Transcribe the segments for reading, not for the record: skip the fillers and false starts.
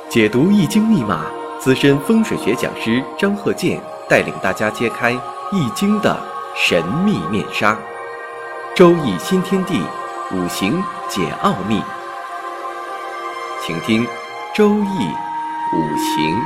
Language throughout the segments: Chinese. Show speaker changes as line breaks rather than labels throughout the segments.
解读易经密码，资深风水学讲师张鹤剑带领大家揭开易经的神秘面纱。周易新天地，五行解奥秘。请听周易五行。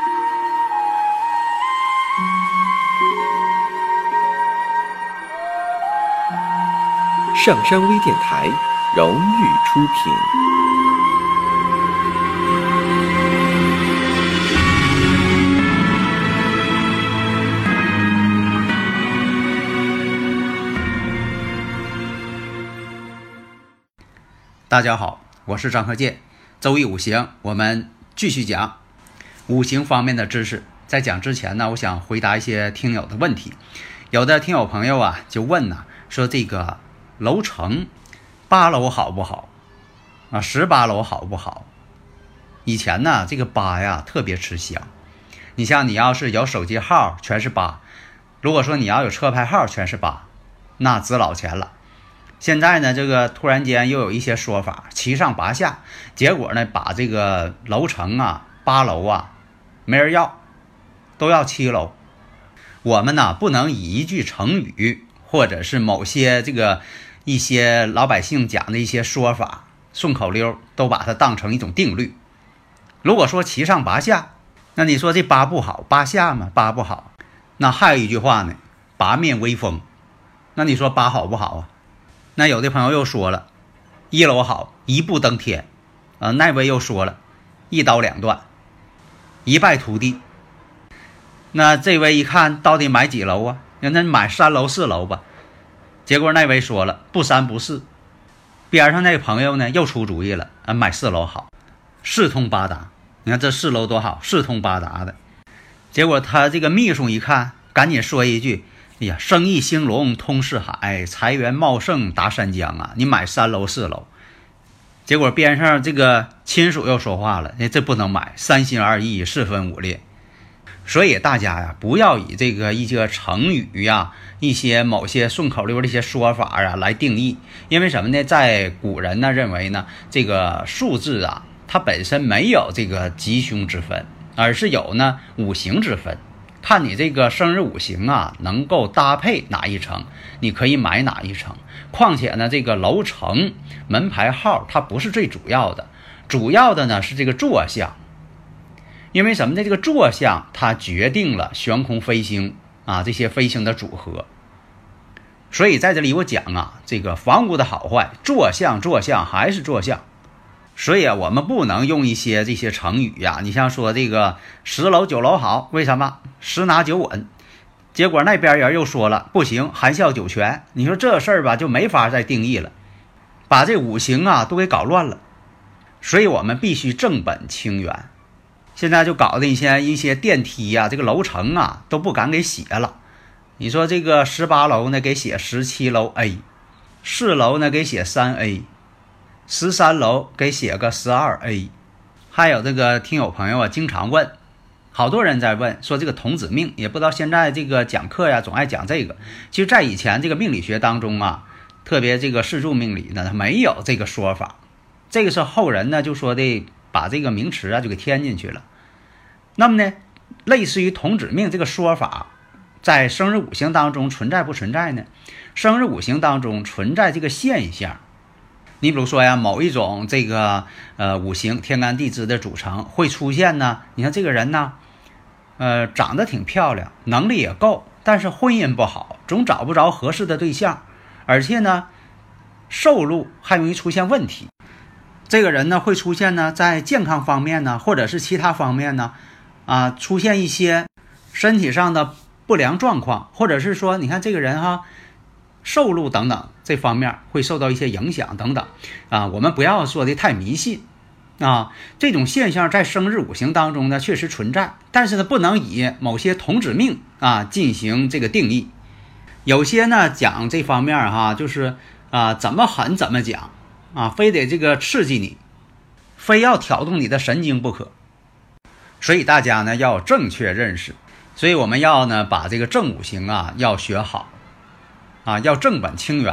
上山微电台荣誉出品。
大家好，我是张鹤剑。周易五行，我们继续讲五行方面的知识。在讲之前呢，我想回答一些听友的问题。有的听友朋友啊，就问呢，说这个楼层8楼好不好啊？18楼好不好？以前呢，这个8呀特别吃香。你像你要是有手机号全是8，如果说你要有车牌号全是8，那值老钱了。现在呢，这个突然间又有一些说法7上8下，结果呢，把这个楼层啊8楼啊没人要，都要7楼。我们呢不能以一句成语或者是某些这个一些老百姓讲的一些说法顺口溜都把它当成一种定律。如果说7上8下，那你说这8不好，8下嘛，8不好。那还有一句话呢，八面威风。那你说8好不好啊？那有的朋友又说了，1楼好，一步登天。那位又说了，一刀两断，一败涂地。那这位一看到底买几楼啊？那买3楼4楼吧。结果那位说了，不3不4。边上那个朋友呢又出主意了，买4楼好，四通八达。你看这4楼多好，四通八达的。结果他这个秘书一看，赶紧说一句，哎呀，生意兴隆通四海，财源茂盛达三江啊！你买3楼4楼。结果边上这个亲属又说话了，这不能买，3心2意4分5裂。所以大家呀，不要以这个一些成语呀，一些某些顺口溜的一些说法啊来定义。因为什么呢？在古人呢认为呢，这个数字啊，它本身没有这个吉凶之分，而是有呢五行之分。看你这个生日五行啊，能够搭配哪一层，你可以买哪一层。况且呢，这个楼层门牌号它不是最主要的，主要的呢是这个坐向。因为什么呢？这个坐向它决定了悬空飞星啊这些飞星的组合。所以在这里我讲啊，这个房屋的好坏，坐向还是坐向。所以啊，我们不能用一些这些成语呀，你像说这个10楼9楼好，为什么10拿9稳？结果那边人又说了，不行，含笑9全。你说这事儿吧，就没法再定义了，把这五行啊都给搞乱了。所以我们必须正本清源。现在就搞的一些电梯啊，这个楼层啊都不敢给写了。你说这个18楼呢给写17楼 A，4楼呢给写3A，13楼给写个12A。 还有这个听友朋友啊经常问，好多人在问说这个童子命，也不知道现在这个讲课呀总爱讲这个。其实在以前这个命理学当中啊，特别这个四柱命理呢，它没有这个说法。这个是后人呢就说的把这个名词啊就给添进去了。那么呢，类似于童子命这个说法在生日五行当中存在不存在呢？生日五行当中存在这个现象。你比如说呀，某一种这个五行天干地支的组成会出现呢，你看这个人呢长得挺漂亮，能力也够，但是婚姻不好，总找不着合适的对象，而且呢寿禄还容易出现问题。这个人呢会出现呢在健康方面呢，或者是其他方面呢出现一些身体上的不良状况，或者是说你看这个人寿禄等等这方面会受到一些影响等等我们不要说的太迷信这种现象在生日五行当中呢确实存在，但是呢不能以某些童子命进行这个定义。有些呢讲这方面就是怎么狠怎么讲非得这个刺激你，非要挑动你的神经不可。所以大家呢要正确认识，所以我们要呢把这个正五行要学好要正本清源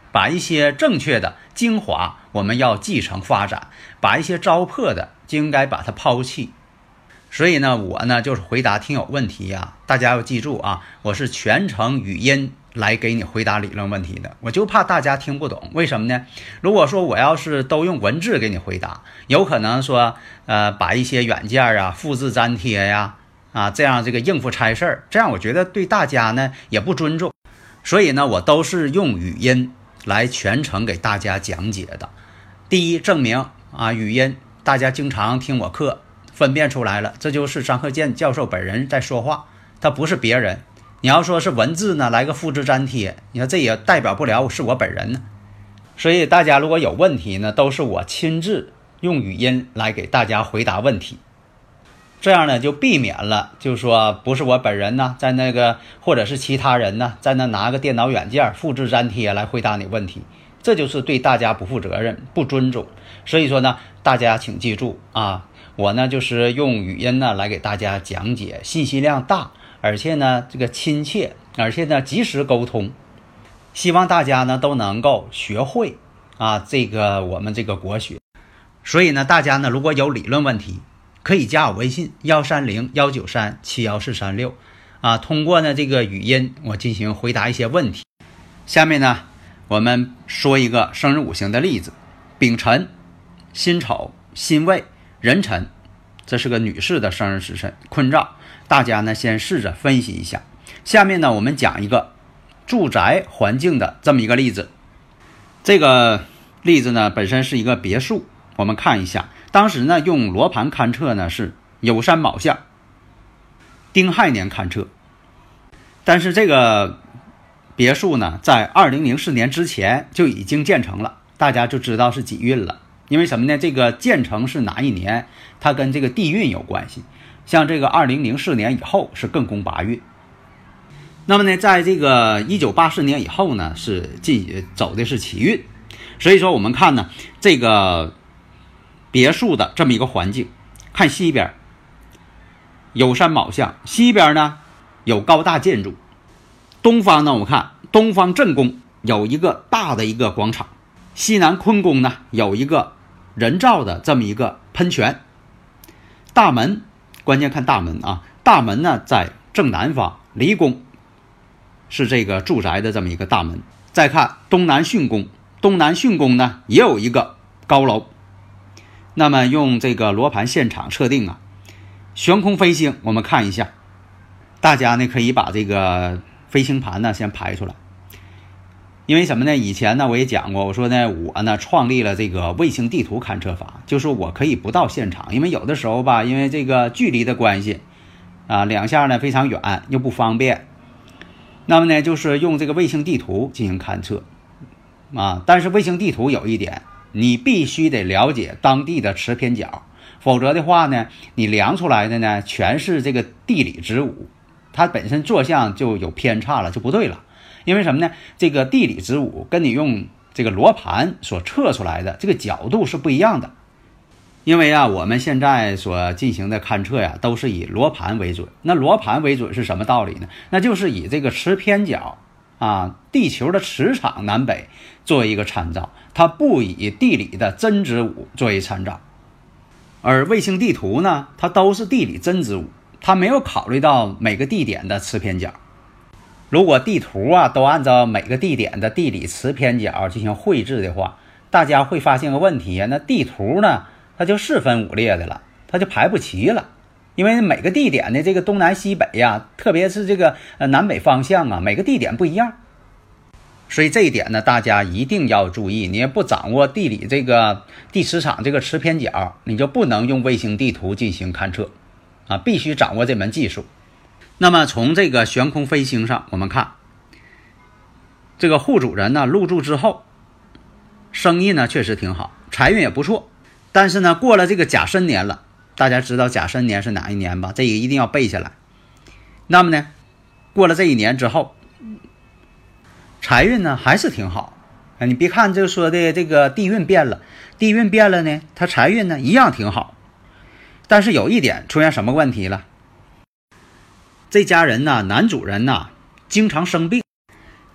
把一些正确的精华我们要继承发展，把一些糟粕的就应该把它抛弃。所以呢，我呢就是回答听友问题呀，大家要记住啊，我是全程语音来给你回答理论问题的，我就怕大家听不懂。为什么呢？如果说我要是都用文字给你回答，有可能说把一些软件啊复制粘贴呀这样这个应付差事儿，这样我觉得对大家呢也不尊重。所以呢，我都是用语音来全程给大家讲解的。第一，证明语音大家经常听我课分辨出来了，这就是张鹤健教授本人在说话，他不是别人。你要说是文字呢，来个复制粘贴，你看这也代表不了是我本人呢。所以大家如果有问题呢，都是我亲自用语音来给大家回答问题，这样呢就避免了就是说不是我本人呢在那个或者是其他人呢在那拿个电脑软件复制粘贴来回答你问题，这就是对大家不负责任不尊重。所以说呢，大家请记住我呢就是用语音呢来给大家讲解，信息量大，而且呢这个亲切，而且呢及时沟通，希望大家呢都能够学会这个我们这个国学。所以呢，大家呢如果有理论问题，可以加我微信130-193-71436通过呢这个语音我进行回答一些问题。下面呢我们说一个生日五行的例子，丙辰、辛丑、辛未、壬辰，这是个女士的生日时辰坤兆，大家呢先试着分析一下。下面呢我们讲一个住宅环境的这么一个例子。这个例子呢本身是一个别墅，我们看一下，当时呢用罗盘勘测呢是酉山卯相，丁亥年勘测。但是这个别墅呢在2004年之前就已经建成了，大家就知道是几运了。因为什么呢？这个建成是哪一年，它跟这个地运有关系。像这个2004年以后是艮宫8运。那么呢，在这个1984年以后呢，是走的是奇运。所以说我们看呢，这个别墅的这么一个环境，看西边酉山卯相，西边呢有高大建筑，东方呢我们看东方正宫有一个大的一个广场，西南坤宫呢有一个人造的这么一个喷泉，大门关键看大门大门呢在正南方，离宫是这个住宅的这么一个大门。再看东南巽宫，东南巽宫呢也有一个高楼。那么用这个罗盘现场测定悬空飞星，我们看一下，大家呢可以把这个飞星盘呢先排出来。因为什么呢？以前呢我也讲过，我说呢我呢创立了这个卫星地图勘测法，就是我可以不到现场，因为有的时候吧，因为这个距离的关系两下呢非常远又不方便，那么呢就是用这个卫星地图进行勘测但是卫星地图有一点，你必须得了解当地的持偏角，否则的话呢你量出来的呢全是这个地理子午，它本身坐向就有偏差了，就不对了。因为什么呢？这个地理子午跟你用这个罗盘所测出来的这个角度是不一样的。因为我们现在所进行的勘测都是以罗盘为准。那罗盘为准是什么道理呢？那就是以这个持偏角地球的磁场南北作为一个参照，它不以地理的真子午作为参照。而卫星地图呢，它都是地理真子午，它没有考虑到每个地点的持偏角。如果地图都按照每个地点的地理磁偏角进行绘制的话，大家会发现个问题那地图呢它就四分五裂的了，它就排不齐了。因为每个地点的这个东南西北特别是这个南北方向每个地点不一样。所以这一点呢大家一定要注意，你也不掌握地理这个地磁场这个磁偏角，你就不能用卫星地图进行勘测必须掌握这门技术。那么从这个悬空飞星上我们看，这个户主人呢入住之后生意呢确实挺好，财运也不错。但是呢过了这个甲申年了，大家知道甲申年是哪一年吧？这个一定要背下来。那么呢过了这一年之后，财运呢还是挺好你别看就说的这个地运变了，地运变了呢它财运呢一样挺好。但是有一点出现什么问题了？这家人呢男主人呢经常生病，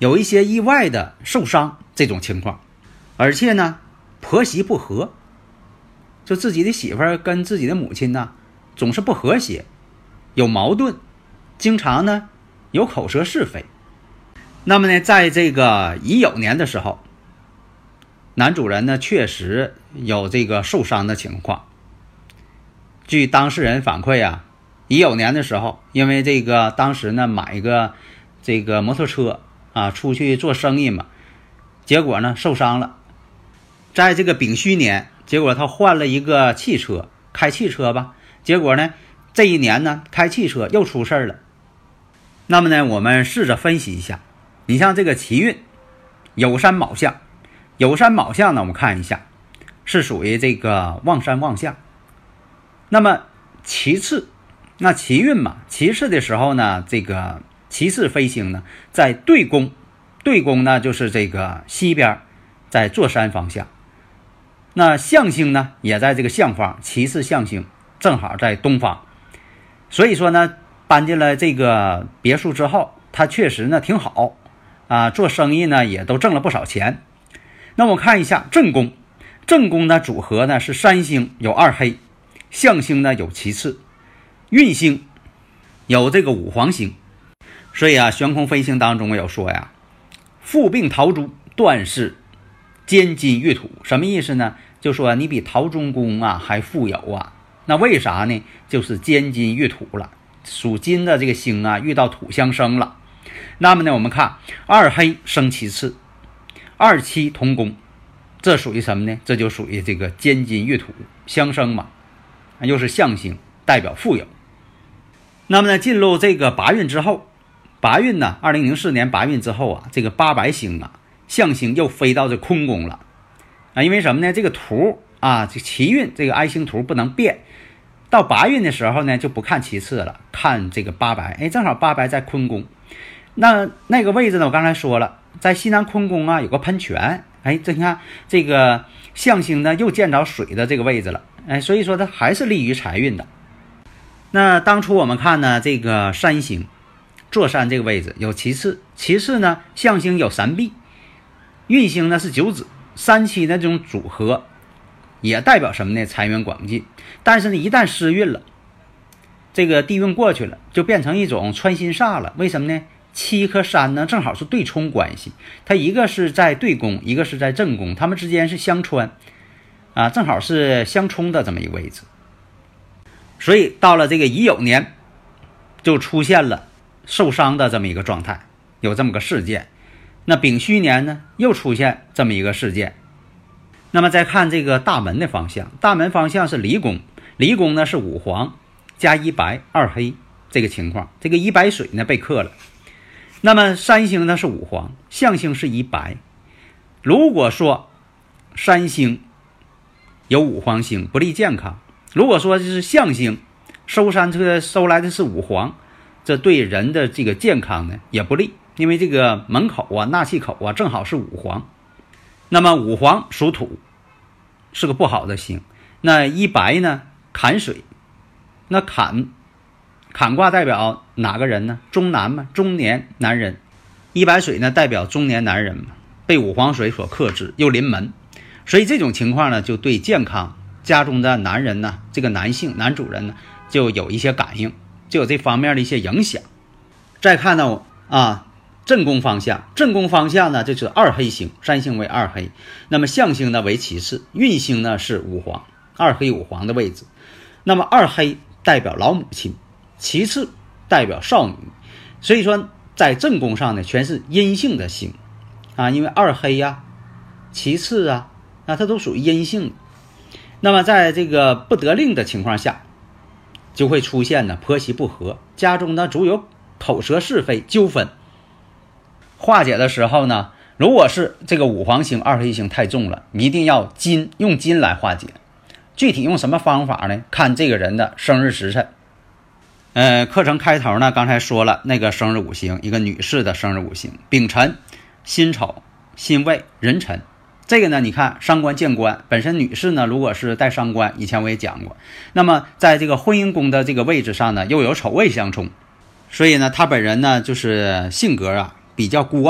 有一些意外的受伤这种情况，而且呢婆媳不和，就自己的媳妇儿跟自己的母亲呢总是不和谐，有矛盾，经常呢有口舌是非。那么呢在这个乙酉年的时候，男主人呢确实有这个受伤的情况。据当事人反馈啊，乙酉年的时候，因为这个当时呢买一个这个摩托车啊，出去做生意嘛，结果呢受伤了。在这个丙戌年，结果他换了一个汽车，开汽车吧，结果呢这一年呢开汽车又出事了。那么呢我们试着分析一下，你像这个奇运酉山卯相，酉山卯相呢我们看一下是属于这个旺山旺相。那么其次，那奇运嘛，其次的时候呢，这个其次飞星呢在对宫，对宫呢就是这个西边，在坐山方向。那相星呢也在这个相方，其次相星正好在东方。所以说呢搬进了这个别墅之后，他确实呢挺好啊，做生意呢也都挣了不少钱。那我看一下正宫，正宫呢组合呢是山星有二黑，相星呢有其次，运星有这个五黄星。所以啊悬空飞星当中有说呀，富并桃珠，断是坚金玉土。什么意思呢？就说你比陶中公啊还富有啊。那为啥呢？就是坚金玉土了，属金的这个星啊遇到土相生了。那么呢我们看二黑生其次，二七同宫，这属于什么呢？这就属于这个坚金玉土相生嘛，又是相星，代表富有。那么呢进入这个八运之后，八运呢2004年八运之后啊，这个八白星啊相星又飞到这坤宫了啊。因为什么呢？这个图啊，这奇运这个哀星图不能变，到八运的时候呢就不看其次了，看这个八白。哎，正好八白在坤宫，那个位置呢我刚才说了，在西南坤宫啊有个喷泉。哎，这你看这个相星呢又见着水的这个位置了。哎，所以说它还是利于财运的。那当初我们看呢这个山星坐山这个位置有其次，其次呢相星有三碧，运星呢是九子，三七的这种组合也代表什么呢？财源广进。但是呢一旦失运了，这个地运过去了，就变成一种穿心煞了。为什么呢？七和山呢正好是对冲关系，它一个是在对宫，一个是在正宫，它们之间是相穿啊，正好是相冲的这么一个位置。所以到了这个乙酉年就出现了受伤的这么一个状态，有这么个事件。那丙戌年呢又出现这么一个事件。那么再看这个大门的方向，大门方向是离宫，离宫呢是五黄加一白二黑这个情况，这个一白水呢被克了。那么山星呢是五黄，相星是一白。如果说山星有五黄星不利健康，如果说是相星收山收来的是五黄，这对人的这个健康呢也不利，因为这个门口啊纳气口啊正好是五黄。那么五黄属土，是个不好的星。那一白呢坎水，那坎卦代表哪个人呢？中男嘛，中年男人。一白水呢代表中年男人嘛，被五黄水所克制，又临门，所以这种情况呢就对健康家中的男人呢，这个男性男主人呢就有一些感应，就有这方面的一些影响。再看到啊正宫方向，正宫方向呢就是二黑星，山星为二黑，那么相星呢为其次，运星呢是五黄，二黑五黄的位置。那么二黑代表老母亲，其次代表少女，所以说在正宫上呢全是阴性的星啊，因为二黑呀其次啊它都属于阴性的。那么在这个不得令的情况下，就会出现呢婆媳不和，家中呢主有口舌是非纠纷。化解的时候呢，如果是这个五黄星二黑星太重了，你一定要用金来化解。具体用什么方法呢？看这个人的生日时辰。课程开头呢刚才说了那个生日五行，一个女士的生日五行丙辰辛丑辛未壬辰。这个呢你看伤官见官，本身女士呢如果是带伤官，以前我也讲过，那么在这个婚姻宫的这个位置上呢又有丑未相冲，所以呢她本人呢就是性格啊比较孤傲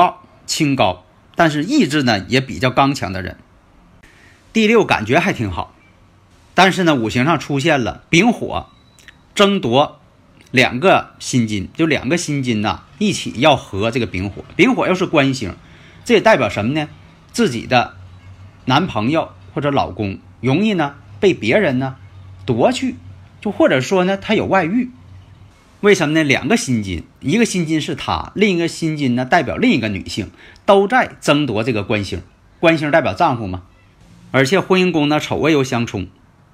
清高，但是意志呢也比较刚强的人。第六，感觉还挺好，但是呢五行上出现了丙火争夺两个辛金，就两个辛金呐一起要合这个丙火，丙火又是官星，这也代表什么呢？自己的男朋友或者老公容易呢被别人呢夺去，就或者说呢他有外遇。为什么呢？两个辛金，一个辛金是他，另一个辛金呢代表另一个女性，都在争夺这个官星，官星代表丈夫嘛，而且婚姻宫呢丑未又相冲。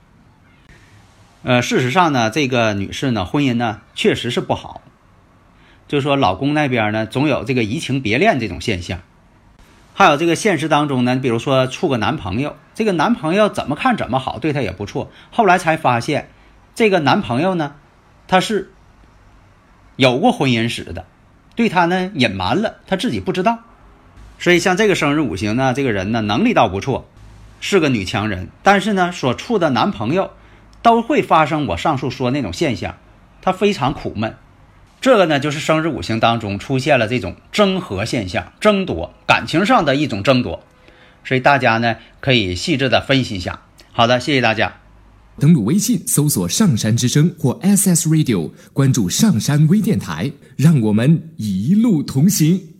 事实上呢，这个女士呢，婚姻呢确实是不好，就是说老公那边呢总有这个移情别恋这种现象。还有这个现实当中呢，比如说处个男朋友，这个男朋友怎么看怎么好，对她也不错，后来才发现这个男朋友呢他是有过婚姻史的，对她呢隐瞒了，她自己不知道。所以像这个生日五行呢，这个人呢能力倒不错，是个女强人，但是呢所处的男朋友都会发生我上述说那种现象，她非常苦闷。这个呢就是生日五行当中出现了这种争合现象，争夺，感情上的一种争夺，所以大家呢可以细致的分析一下。好的，谢谢大家。
登录微信搜索上山之声或 SS Radio， 关注上山微电台，让我们一路同行。